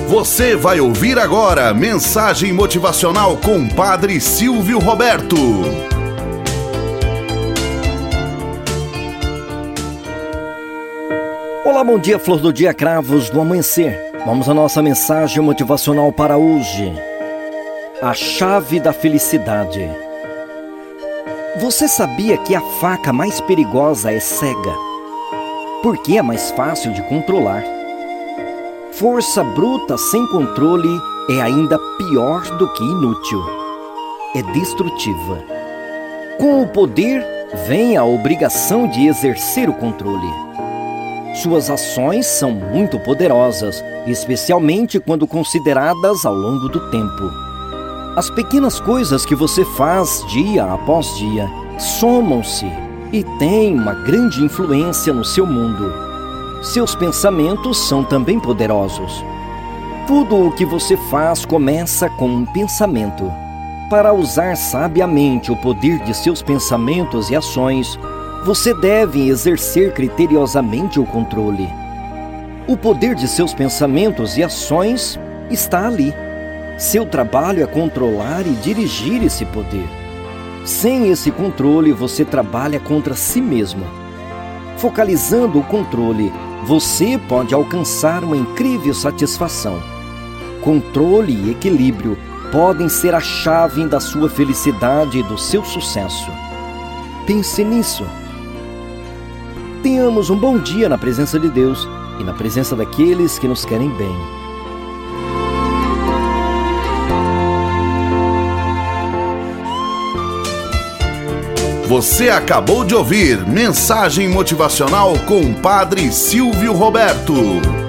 Você vai ouvir agora mensagem motivacional com Padre Silvio Roberto. Olá, bom dia, flor do dia, cravos do amanhecer. Vamos à nossa mensagem motivacional para hoje. A chave da felicidade. Você sabia que a faca mais perigosa é cega? Porque é mais fácil de controlar. Força bruta sem controle é ainda pior do que inútil. É destrutiva. Com o poder vem a obrigação de exercer o controle. Suas ações são muito poderosas, especialmente quando consideradas ao longo do tempo. As pequenas coisas que você faz dia após dia somam-se e têm uma grande influência no seu mundo. Seus pensamentos são também poderosos. Tudo o que você faz começa com um pensamento. Para usar sabiamente o poder de seus pensamentos e ações, você deve exercer criteriosamente o controle. O poder de seus pensamentos e ações está ali. Seu trabalho é controlar e dirigir esse poder. Sem esse controle, você trabalha contra si mesmo. Focalizando o controle, você pode alcançar uma incrível satisfação. Controle e equilíbrio podem ser a chave da sua felicidade e do seu sucesso. Pense nisso. Tenhamos um bom dia na presença de Deus e na presença daqueles que nos querem bem. Você acabou de ouvir Mensagem Motivacional com Padre Silvio Roberto.